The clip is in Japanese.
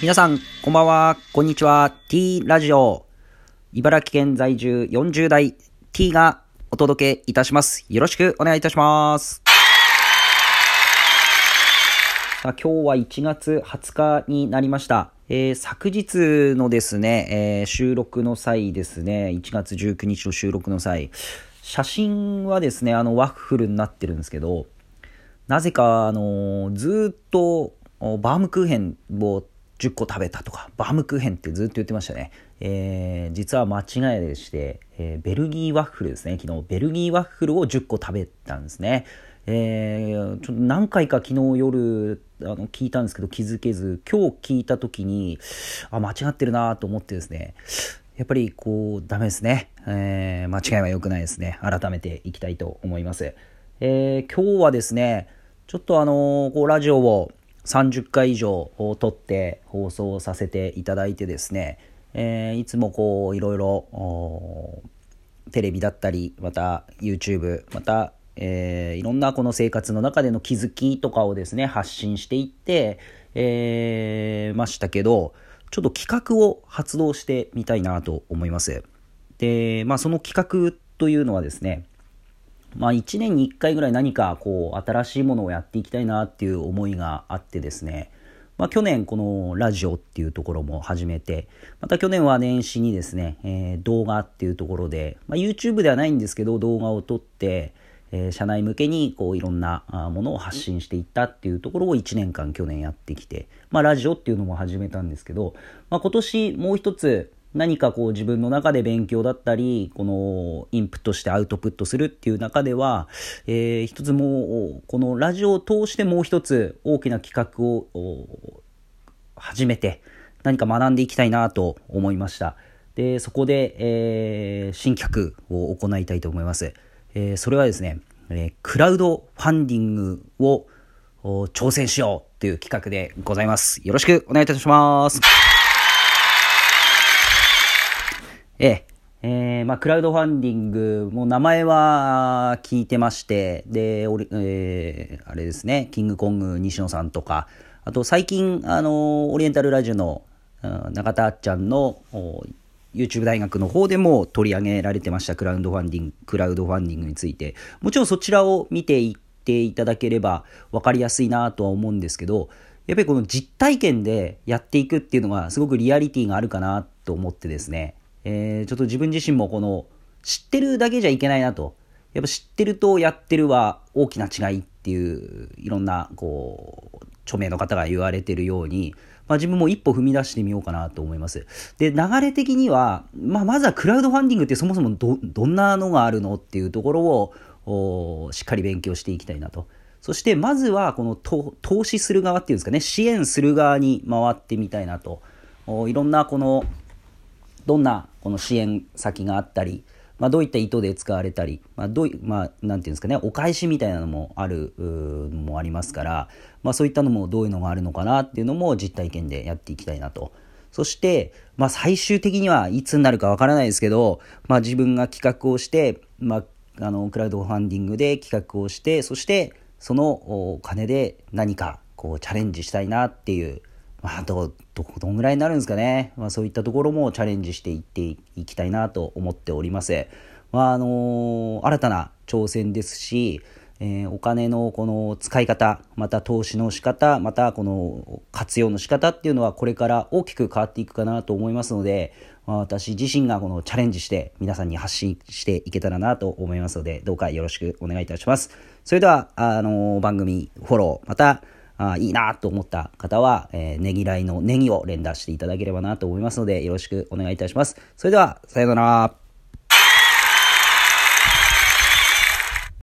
皆さん、こんばんは、こんにちは。T ラジオ。茨城県在住40代 T がお届けいたします。よろしくお願いいたします。さあ、今日は1月20日になりました。昨日のですね、収録の際ですね、1月19日の収録の際、写真はですね、ワッフルになってるんですけど、なぜか、ずっとバームクーヘンを10個食べたとか、バームクーヘンってずっと言ってましたね。実は間違いでして、ベルギーワッフルですね。昨日ベルギーワッフルを10個食べたんですね。ちょっと何回か昨日夜聞いたんですけど気づけず、今日聞いた時に間違ってるなと思ってですね、やっぱりダメですね。間違いは良くないですね。改めていきたいと思います。今日はですね、ちょっとラジオを30回以上撮って放送させていただいてですね、いつもいろいろテレビだったり、また YouTube、また、いろんなこの生活の中での気づきとかをですね発信していって、ましたけど、ちょっと企画を発動してみたいなと思います。で、その企画というのはですね、1年に1回ぐらい何か新しいものをやっていきたいなっていう思いがあってですね、去年このラジオっていうところも始めて、また去年は年始にですね、動画っていうところで、YouTube ではないんですけど動画を撮って、社内向けにいろんなものを発信していったっていうところを1年間去年やってきて、ラジオっていうのも始めたんですけど、今年もう一つ何か自分の中で勉強だったり、このインプットしてアウトプットするっていう中では、一つもうこのラジオを通してもう一つ大きな企画を始めて何か学んでいきたいなと思いました。で、そこで、新企画を行いたいと思います。それはですね、クラウドファンディングを挑戦しようという企画でございます。よろしくお願いいたします。クラウドファンディングも名前は聞いてまして、で、あれですね、キングコング西野さんとか、あと最近オリエンタルラジオの中田あっちゃんのYouTube 大学の方でも取り上げられてましたクラウドファンディングについて、もちろんそちらを見ていっていただければ分かりやすいなとは思うんですけど、やっぱりこの実体験でやっていくっていうのがすごくリアリティがあるかなと思ってですね、ちょっと自分自身も知ってるだけじゃいけないなと、やっぱ知ってるとやってるは大きな違いっていういろんな著名の方が言われてるように、自分も一歩踏み出してみようかなと思います。で、流れ的には、まずはクラウドファンディングってそもそもどんなのがあるのっていうところをしっかり勉強していきたいなと。そしてまずはこの投資する側っていうんですかね、支援する側に回ってみたいなと。いろんなどんな支援先があったり、どういった意図で使われたり、なんていうんですかね、お返しみたいなのもありますから、そういったのもどういうのがあるのかなっていうのも実体験でやっていきたいなと。そして、最終的にはいつになるかわからないですけど、自分が企画をして、クラウドファンディングで企画をして、そしてそのお金で何かチャレンジしたいなっていう、どんぐらいになるんですかね。そういったところもチャレンジしていっていきたいなと思っております。新たな挑戦ですし、お金のこの使い方、また投資の仕方、またこの活用の仕方っていうのはこれから大きく変わっていくかなと思いますので、私自身がチャレンジして皆さんに発信していけたらなと思いますので、どうかよろしくお願いいたします。それでは番組フォロー、またいいなと思った方は、ねぎらいのネギを連打していただければなと思いますので、よろしくお願いいたします。それではさようなら。